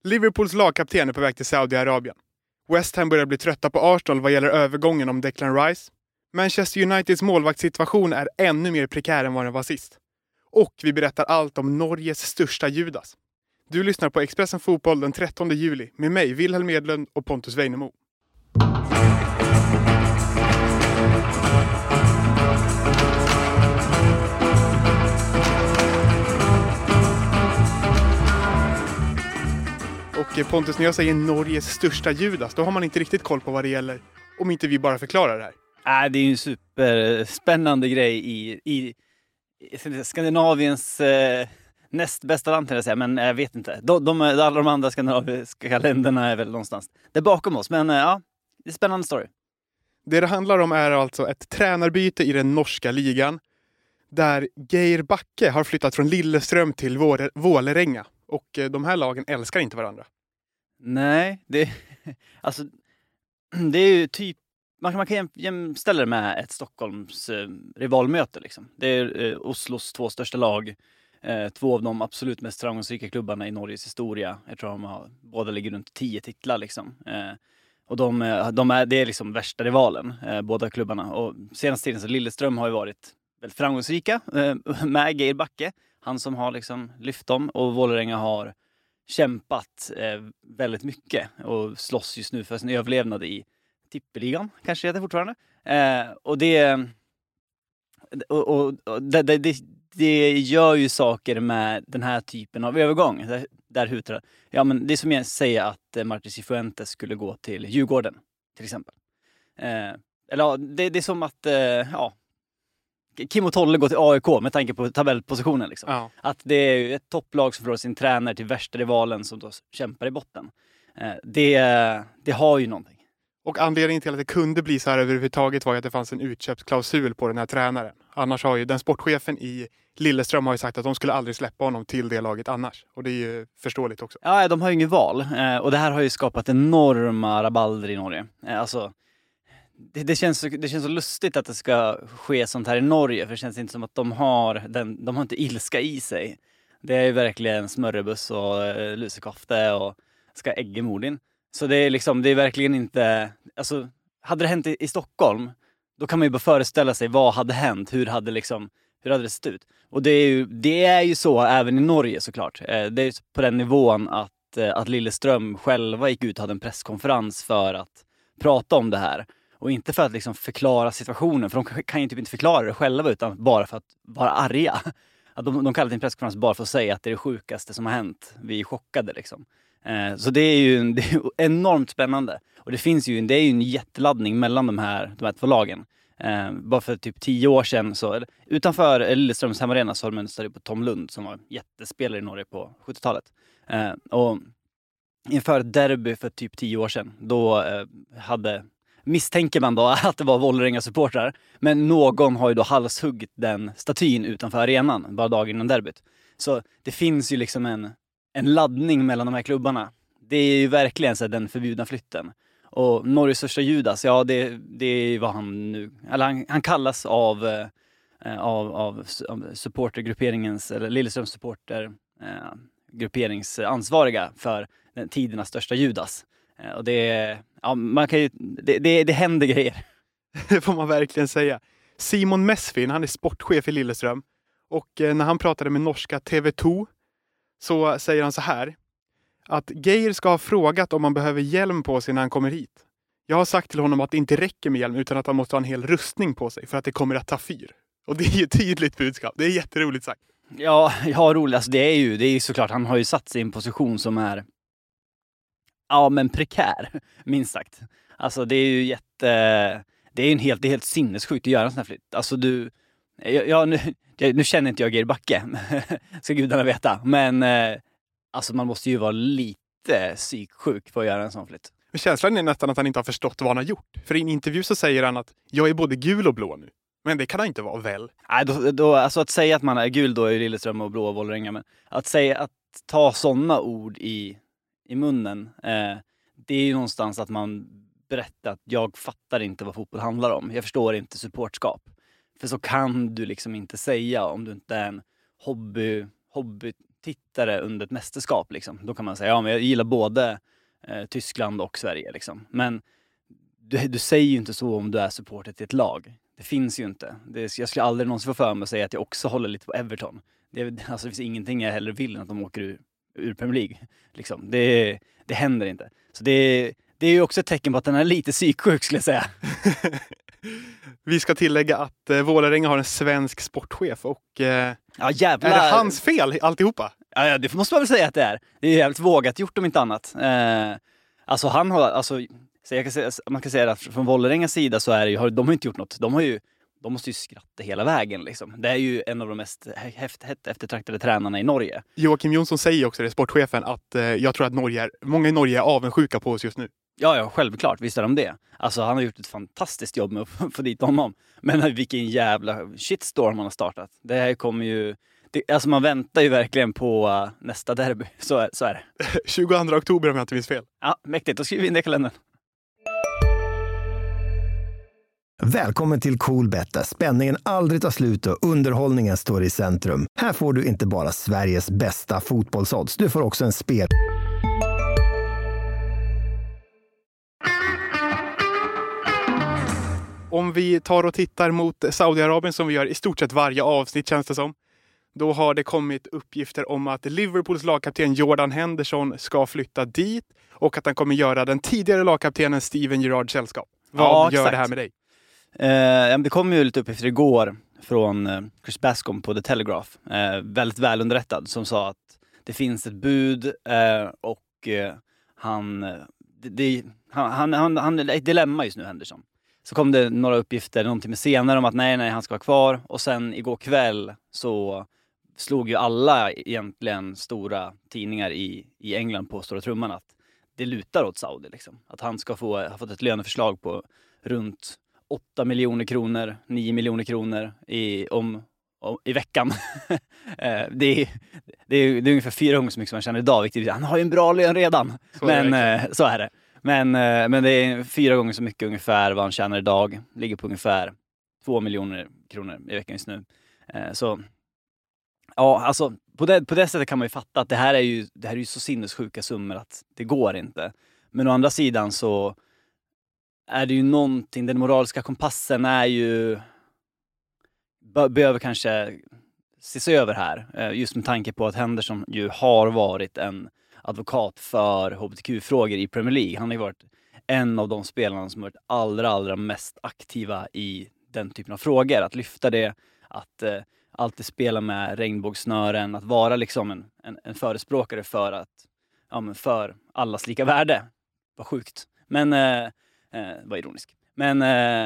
Liverpools lagkapten är på väg till Saudiarabien. West Ham börjar bli trötta på Arsenal vad gäller övergången om Declan Rice. Manchester Uniteds målvaktssituation är ännu mer prekär än vad den var sist. Och vi berättar allt om Norges största Judas. Du lyssnar på Expressen Fotboll den 13 juli med mig, Wilhelm Edlund och Pontus Weinemo. Och Pontus, när jag säger Norges största Judas, då har man inte riktigt koll på vad det gäller. Om inte vi bara förklarar det här. Det är ju en superspännande grej i Skandinaviens näst bästa land, kan jag säga. Men jag vet inte. Alla de andra skandinaviska länderna är väl någonstans där bakom oss. Men ja, det är en spännande story. Det handlar om är alltså ett tränarbyte i den norska ligan. Där Geir Bakke har flyttat från Lillestrøm till Vålerenga. Och de här lagen älskar inte varandra. Nej, det är ju typ... Man kan jämställa det med ett Stockholms rivalmöte. Liksom. Det är Oslos 2 största lag. 2 av de absolut mest framgångsrika klubbarna i Norges historia. Jag tror båda ligger runt 10 titlar. Liksom. Och det är liksom värsta rivalen, båda klubbarna. Och senaste tiden så Lillestrøm har ju varit väldigt framgångsrika med Geir Bakke. Han som har liksom lyft dem. Och Vålerenga har kämpat väldigt mycket. Och slåss just nu för sin överlevnad i tippeligan, kanske heter fortfarande. Det gör ju saker med den här typen av övergång. Där hutar. Ja, men det är som jag säger att Martin Cifuentes skulle gå till Djurgården, till exempel. Det är som att Kim och Tolle går till AIK med tanke på tabellpositionen. Liksom. Ja. Att det är ett topplag som får sin tränare till värsta rivalen som då kämpar i botten. Det har ju någonting. Och anledningen till att det kunde bli så här överhuvudtaget var att det fanns en utköpsklausul på den här tränaren. Annars har ju den sportchefen i Lillestrøm har ju sagt att de skulle aldrig släppa honom till det laget annars. Och det är ju förståeligt också. Ja, de har ju inget val. Och det här har ju skapat enorma rabalder i Norge. Det känns så lustigt att det ska ske sånt här i Norge. För det känns inte som att de har inte ilska i sig. Det är ju verkligen smörrebuss och lusekofte och ska ägga Modin. Så det är verkligen inte... Alltså, hade det hänt i Stockholm, då kan man ju bara föreställa sig vad hade hänt. Hur hade det sett ut? Och det är ju så även i Norge såklart. Det är på den nivån att Lillestrøm själva gick ut och hade en presskonferens för att prata om det här. Och inte för att liksom förklara situationen, för de kan ju typ inte förklara det själva utan bara för att vara arga. Att de kallar det en presskonferens bara för att säga att det är det sjukaste som har hänt. Vi är chockade liksom. Så det är ju enormt spännande. Och det är ju en jätteladdning mellan de här 2 lagen. Bara för typ 10 år sedan så utanför Lillestrøms hemmaarena så har de en stad på Tom Lund som var jättespelare i Norge på 70-talet. Och inför ett derby för typ 10 år sedan då misstänker man då att det var Vålerenga-supportrar. Men någon har ju då halshuggit den statyn utanför arenan bara dagen innan derbyt. Så det finns ju liksom en laddning mellan de här klubbarna. Det är ju verkligen så den förbjudna flytten. Och Norges största Judas, ja det är vad han nu... Eller han kallas av supportergrupperingens, eller Lillestrøms supportergrupperingsansvariga för den tidernas största Judas. Och det händer grejer. Det får man verkligen säga. Simon Mesfin, han är sportchef i Lillestrøm. Och när han pratade med norska TV2 så säger han så här. Att Geir ska ha frågat om man behöver hjälm på sig när han kommer hit. Jag har sagt till honom att det inte räcker med hjälm utan att han måste ha en hel rustning på sig för att det kommer att ta fyr. Och det är ju ett tydligt budskap. Det är jätteroligt sagt. Ja, roligt. Alltså, det är ju såklart, han har ju satt sig i en position som är prekär, minst sagt. Alltså det är ju det är helt sinnessjukt att göra en sån här flytt. Alltså nu känner inte jag Geir Bakke, ska gudarna veta. Men alltså man måste ju vara lite psyksjuk för att göra en sån flytt. Men känslan är nästan att han inte har förstått vad han har gjort. För i en intervju så säger han att jag är både gul och blå nu. Men det kan han inte vara väl. Nej, alltså att säga att man är gul då är ju Lillestrøm och blå och Vålerenga. Men att ta sådana ord i munnen, det är ju någonstans att man berättar att jag fattar inte vad fotboll handlar om. Jag förstår inte supportskap. För så kan du liksom inte säga om du inte är en hobby tittare under ett mästerskap liksom. Då kan man säga, ja men jag gillar både Tyskland och Sverige liksom. Men du säger ju inte så om du är supporter till ett lag. Det finns ju inte. Jag skulle aldrig någonsin få för mig att säga att jag också håller lite på Everton. Det finns ingenting jag hellre vill än att de åker ur Premier League. Liksom. Det händer inte. Så det är ju också ett tecken på att den är lite psyksjuk, skulle jag säga. Vi ska tillägga att Vålerenga har en svensk sportchef och ja, jävlar. Är det hans fel alltihopa? Ja, det måste man väl säga att det är. Det är jävligt vågat gjort om inte annat. Alltså han har, alltså, så jag kan säga, man kan säga att från Vålerengas sida så är det ju, de har inte gjort något. De måste ju skratta hela vägen liksom. Det är ju en av de mest hett eftertraktade tränarna i Norge. Joakim Jonsson säger också, det sportchefen, att jag tror att många i Norge är avundsjuka på oss just nu. Ja, självklart. Visst är de det. Alltså han har gjort ett fantastiskt jobb med att få dit honom. Men vilken jävla shitstorm han har startat. Det här kommer ju... alltså man väntar ju verkligen på nästa derby. Så är det. 22 oktober om jag inte minns fel. Ja, mäktigt. Då skriver vi in det i kalendern. Välkommen till Coolbet, där spänningen aldrig tar slut och underhållningen står i centrum. Här får du inte bara Sveriges bästa fotbollsodds, du får också en spel. Om vi tar och tittar mot Saudiarabien som vi gör i stort sett varje avsnitt, känns det som. Då har det kommit uppgifter om att Liverpools lagkapten Jordan Henderson ska flytta dit och att han kommer göra den tidigare lagkaptenen Steven Gerrard sällskap. Vad gör det här med dig? Det kom ju lite uppgifter igår från Chris Bascom på The Telegraph. Väldigt väl underrättad, som sa att det finns ett bud och han är ett dilemma just nu, Henderson. Så kom det några uppgifter någon timme senare om att nej, han ska vara kvar. Och sen igår kväll så slog ju alla egentligen stora tidningar i England på stora trumman att det lutar åt Saudi liksom. Att han ska ha fått ett löneförslag på runt 8 miljoner kronor, 9 miljoner kronor i veckan. Det är ungefär 4 gånger så mycket som man känner idag. Vilket, han har ju en bra lön redan. Så är det. Men det är 4 gånger så mycket ungefär vad han tjänar idag. Ligger på ungefär 2 miljoner kronor i veckan just nu. Så ja, alltså på det sättet kan man ju fatta att det här är ju så sinnessjuka summor att det går inte. Men å andra sidan så är det ju någonting, den moraliska kompassen är ju behöver kanske ses över här. Just med tanke på att Henderson ju har varit en advokat för hbtq-frågor i Premier League. Han har ju varit en av de spelarna som har varit allra mest aktiva i den typen av frågor. Att lyfta det, att alltid spela med regnbågssnören, att vara liksom en förespråkare för allas lika värde. Vad sjukt. Men var ironisk. Men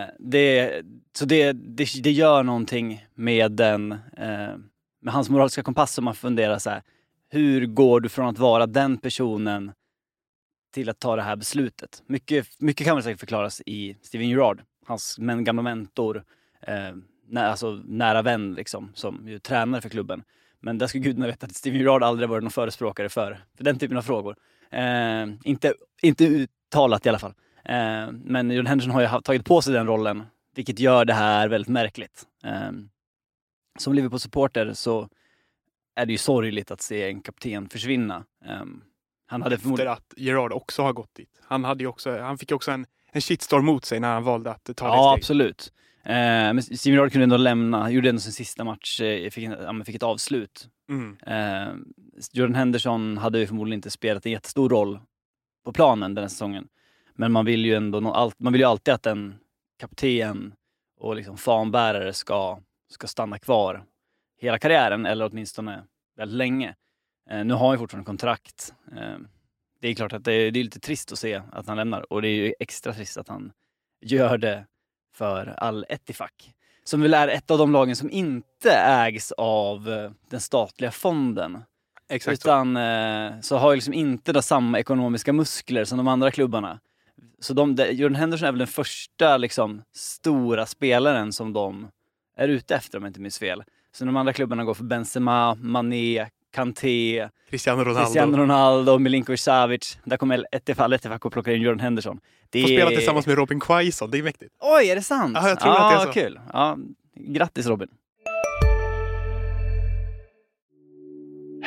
det gör någonting med med hans moraliska kompass, som man funderar så här: hur går du från att vara den personen till att ta det här beslutet? Mycket kan väl säkert förklaras i Steven Gerrard, hans gamla mentor, nära vän liksom, som ju tränar för klubben. Men där ska gudarna veta att Steven Gerrard aldrig varit någon förespråkare för den typen av frågor. Inte uttalat i alla fall. Men Jordan Henderson har ju tagit på sig den rollen, vilket gör det här väldigt märkligt. Som Liverpool-supporter så är det ju sorgligt att se en kapten försvinna. Han hade efter att Gerrard också har gått dit. Han fick ju också en shitstorm mot sig när han valde att ta det steget. Ja, absolut. Men Steven Gerrard kunde ändå gjorde ändå sin sista match, fick ett avslut. Jordan Henderson hade ju förmodligen inte spelat en jättestor roll på planen den här säsongen. Men man vill ju alltid att en kapten och liksom fanbärare ska stanna kvar hela karriären, eller åtminstone väldigt länge. Nu har han ju fortfarande kontrakt. Det är klart att det är lite trist att se att han lämnar, och det är ju extra trist att han gör det för Al-Ettifaq, som väl är ett av de lagen som inte ägs av den statliga fonden. Exakt. Utan så har ju liksom inte samma ekonomiska muskler som de andra klubbarna. Så Jordan Henderson är väl den första liksom stora spelaren som de är ute efter, om jag inte minns fel. Så de andra klubbarna går för Benzema, Mané, Kanté, Cristiano Ronaldo och Milinkovic Savic. Där kommer Ettifaq och plockar in Jordan Henderson. Får spela tillsammans med Robin Quaison, det är mäktigt. Oj, är det sant? Ja, jag tror att det är så. Kul. Ja, grattis Robin.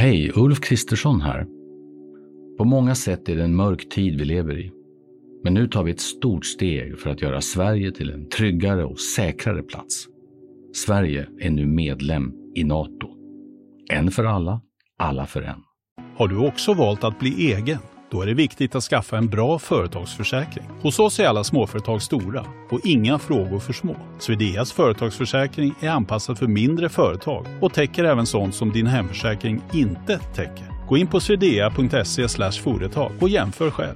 Hej, Ulf Kristersson här. På många sätt är det en mörk tid vi lever i. Men nu tar vi ett stort steg för att göra Sverige till en tryggare och säkrare plats. Sverige är nu medlem i NATO. En för alla, alla för en. Har du också valt att bli egen? Då är det viktigt att skaffa en bra företagsförsäkring. Hos oss är alla småföretag stora och inga frågor för små. Swedeas företagsförsäkring är anpassad för mindre företag och täcker även sånt som din hemförsäkring inte täcker. Gå in på swedea.se/företag och jämför själv.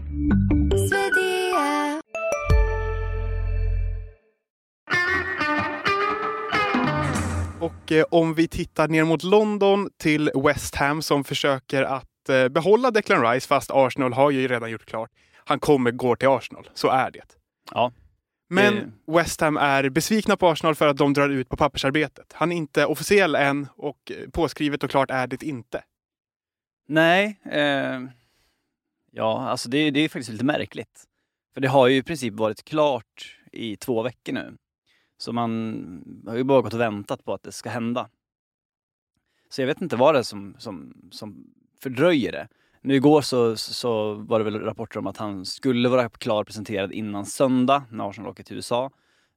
Och om vi tittar ner mot London till West Ham som försöker att behålla Declan Rice, fast Arsenal har ju redan gjort klart. Han kommer gå till Arsenal, så är det. Ja. Men West Ham är besvikna på Arsenal för att de drar ut på pappersarbetet. Han är inte officiell än och påskrivet och klart är det inte. Nej, ja, alltså det är faktiskt lite märkligt. För det har ju i princip varit klart i 2 veckor nu. Så man har ju bara gått och väntat på att det ska hända. Så jag vet inte vad det är som fördröjer det. Nu igår så var det väl rapporter om att han skulle vara klar presenterad innan söndag när Arsenal åker till USA.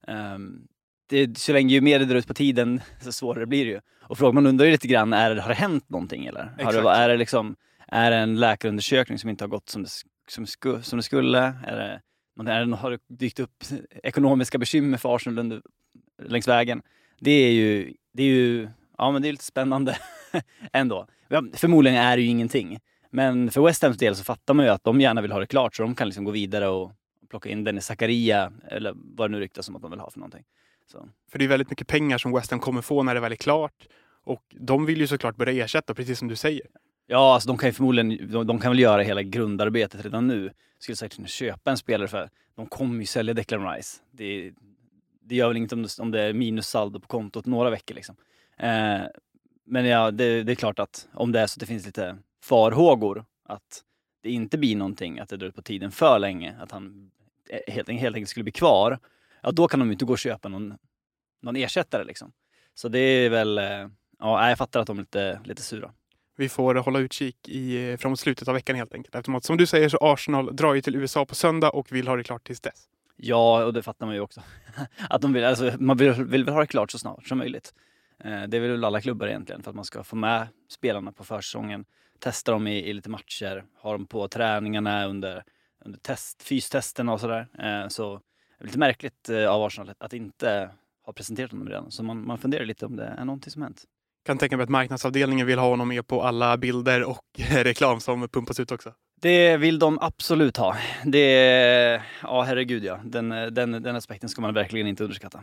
Så länge ju mer det drar ut på tiden så svårare blir det ju. Och frågan man undrar ju lite grann, har det hänt någonting eller? Är det en läkarundersökning som inte har gått som det skulle? Har det dykt upp ekonomiska bekymmer för Arsenal längs vägen? Det är ju ja, men det är lite spännande ändå. Förmodligen är det ju ingenting. Men för West Hams del så fattar man ju att de gärna vill ha det klart så de kan liksom gå vidare och plocka in Dennis Zakaria eller vad det nu ryktas som att de vill ha för någonting. Så. För det är väldigt mycket pengar som West Ham kommer få när det väl är klart. Och de vill ju såklart börja ersätta, precis som du säger. Ja, alltså de kan väl göra hela grundarbetet redan nu. Skulle säkert kunna köpa en spelare för de kommer ju sälja Declan Rice. Det gör väl inget om det är minussaldo på kontot några veckor liksom. Men ja, det är klart att om det är så att det finns lite farhågor att det inte blir någonting, att det drar ut på tiden för länge, att han helt enkelt skulle bli kvar, ja då kan de ju inte gå och köpa någon ersättare liksom. Så det är väl, ja, jag fattar att de är lite sura. Vi får hålla utkik framåt slutet av veckan helt enkelt. Eftersom att, som du säger, så Arsenal drar ju till USA på söndag och vill ha det klart tills dess. Ja, och det fattar man ju också. Att de man vill väl ha det klart så snart som möjligt. Det vill väl alla klubbar egentligen, för att man ska få med spelarna på försäsongen. Testa dem i lite matcher. Ha dem på träningarna under fystesterna och sådär. Så det är lite märkligt av Arsenal att inte ha presenterat dem redan. Så man funderar lite om det är någonting som hänt. Kan tänka mig att marknadsavdelningen vill ha honom med på alla bilder och reklam som pumpas ut också. Det vill de absolut ha. Ja, herregud ja. Den aspekten ska man verkligen inte underskatta.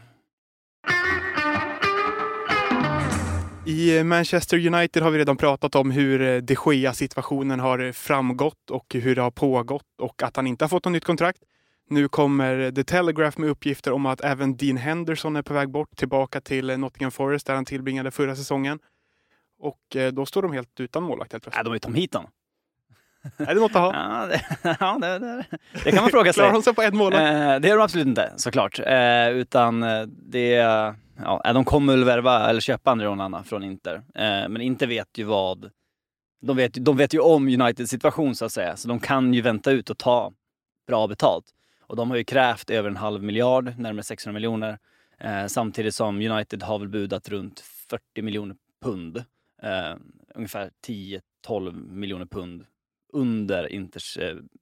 I Manchester United har vi redan pratat om hur De Gea-situationen har framgått och hur det har pågått och att han inte har fått något nytt kontrakt. Nu kommer The Telegraph med uppgifter om att även Dean Henderson är på väg bort tillbaka till Nottingham Forest där han tillbringade förra säsongen. Och då står de helt utan målvakt helt plötsligt. De har ju Tom Heaton. Är det något att ha? Det kan man fråga sig. Klarar de sig på ett målvakt? Det är de absolut inte, såklart. Utan de kommer väl värva eller köpa André Onana från Inter. Men Inter vet ju vad... De vet ju om Uniteds situation så att säga. Så de kan ju vänta ut och ta bra betalt. Och de har ju krävt över 500 miljoner, närmare 600 miljoner. Samtidigt som United har väl budat runt 40 miljoner pund. Ungefär 10-12 miljoner pund under Inters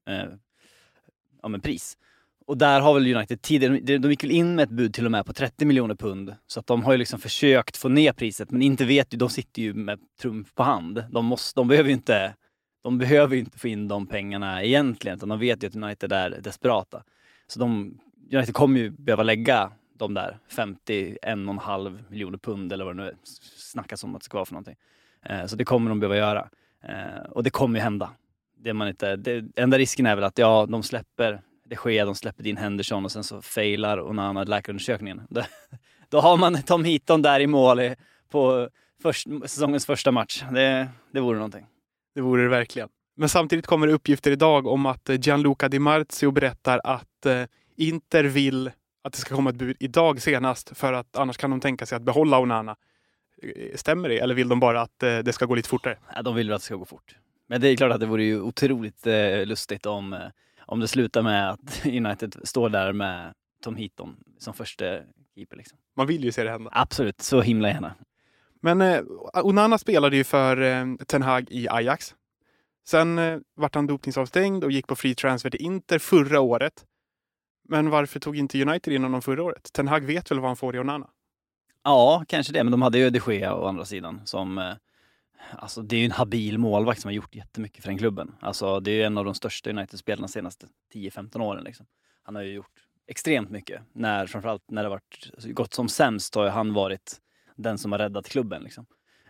pris. Och där har väl United tidigare, de gick väl in med ett bud till och med på 30 miljoner pund. Så att de har ju liksom försökt få ner priset, men inte vet ju, de sitter ju med trumf på hand. De behöver ju inte få in de pengarna egentligen, utan de vet ju att United är desperata. Så United kommer ju behöva lägga de där 51,5 miljoner pund eller vad det nu snackas om att det ska vara för någonting. Så det kommer de behöva göra. Och det kommer ju hända. Enda risken är väl att de släpper de släpper Dean Henderson och sen så failar Onana läkarundersökningen. Då har man Tom Heaton där i mål på säsongens första match. Det vore någonting. Det vore det verkligen. Men samtidigt kommer det uppgifter idag om att Gianluca Di Marzio berättar att Inter vill att det ska komma ett bud idag senast, för att annars kan de tänka sig att behålla Onana. Stämmer det? Eller vill de bara att det ska gå lite fortare? Ja, de vill väl att det ska gå fort. Men det är klart att det vore ju otroligt lustigt om det slutar med att United står där med Tom Heaton som första keeper. Liksom. Man vill ju se det hända. Absolut, så himla gärna. Men Onana spelade ju för Ten Hag i Ajax. Sen vart han dopningsavstängd och gick på free transfer till Inter förra året. Men varför tog inte United in honom förra året? Ten Hag vet väl vad han får i Onana? Ja, kanske det. Men de hade ju De Gea å andra sidan som... Alltså det är ju en habil målvakt som har gjort jättemycket för den klubben. Alltså det är ju en av de största United-spelarna de senaste 10-15 åren. Liksom. Han har ju gjort extremt mycket. Framförallt när det varit gått som sämst har han varit den som har räddat klubben. Liksom.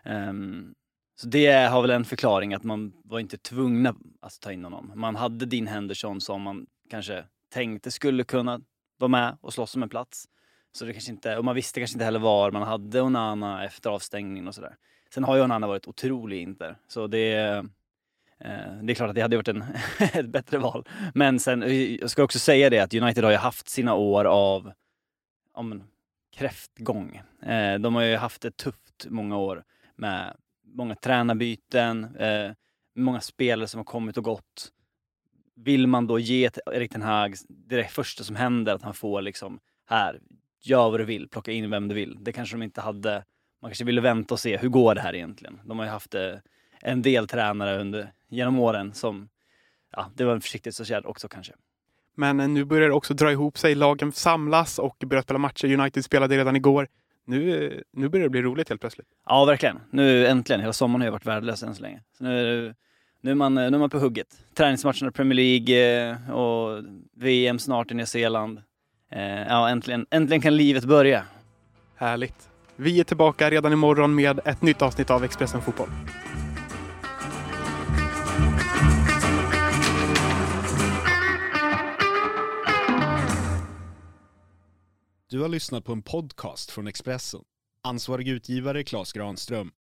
Så det har väl en förklaring att man var inte tvungna att ta in honom. Man hade Dean Henderson som man kanske tänkte skulle kunna vara med och slåss om en plats. Så det kanske inte, och man visste kanske inte heller var man hade Onana efter avstängningen och sådär. Sen har ju Onana varit otrolig Inter. Så det är klart att det hade varit ett bättre val. Men sen, jag ska också säga det att United har ju haft sina år av kräftgång. De har ju haft ett tufft många år med många tränarbyten, många spelare som har kommit och gått. Vill man då ge till Erik Ten Hag det första som händer att han får liksom här, gör vad du vill, plocka in vem du vill. Det kanske de inte hade. Man kanske ville vänta och se, hur går det här egentligen? De har ju haft en del tränare genom åren som, ja, det var en försiktighetsåtgärd också kanske. Men nu börjar det också dra ihop sig, lagen samlas och börjar spela matcher. United spelade redan igår. Nu börjar det bli roligt helt plötsligt. Ja, verkligen. Nu äntligen, hela sommaren har ju varit värdelös än så länge. Så nu är man på hugget. Träningsmatcherna i Premier League och VM snart i Nya Zeeland. Ja, äntligen kan livet börja. Härligt. Vi är tillbaka redan imorgon med ett nytt avsnitt av Expressen Fotboll. Du har lyssnat på en podcast från Expressen. Ansvarig utgivare Claes Granström.